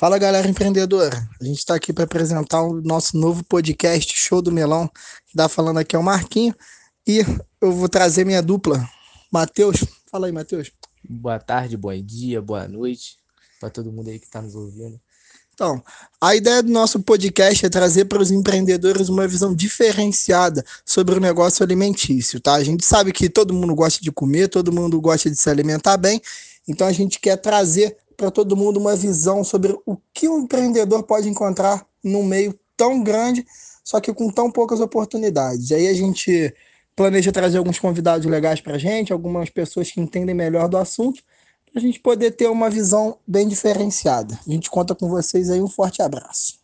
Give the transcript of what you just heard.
Fala galera empreendedora, a gente está aqui para apresentar o nosso novo podcast Show do Melão. Quem tá falando aqui é o Marquinho e eu vou trazer minha dupla, Matheus. Fala aí, Matheus. Boa tarde, bom dia, boa noite para todo mundo aí que está nos ouvindo. Então, a ideia do nosso podcast é trazer para os empreendedores uma visão diferenciada sobre o negócio alimentício, tá? A gente sabe que todo mundo gosta de comer, todo mundo gosta de se alimentar bem, então a gente quer trazer para todo mundo uma visão sobre o que o empreendedor pode encontrar num meio tão grande, só que com tão poucas oportunidades. Aí a gente planeja trazer alguns convidados legais para a gente, algumas pessoas que entendem melhor do assunto, para a gente poder ter uma visão bem diferenciada. A gente conta com vocês aí, um forte abraço.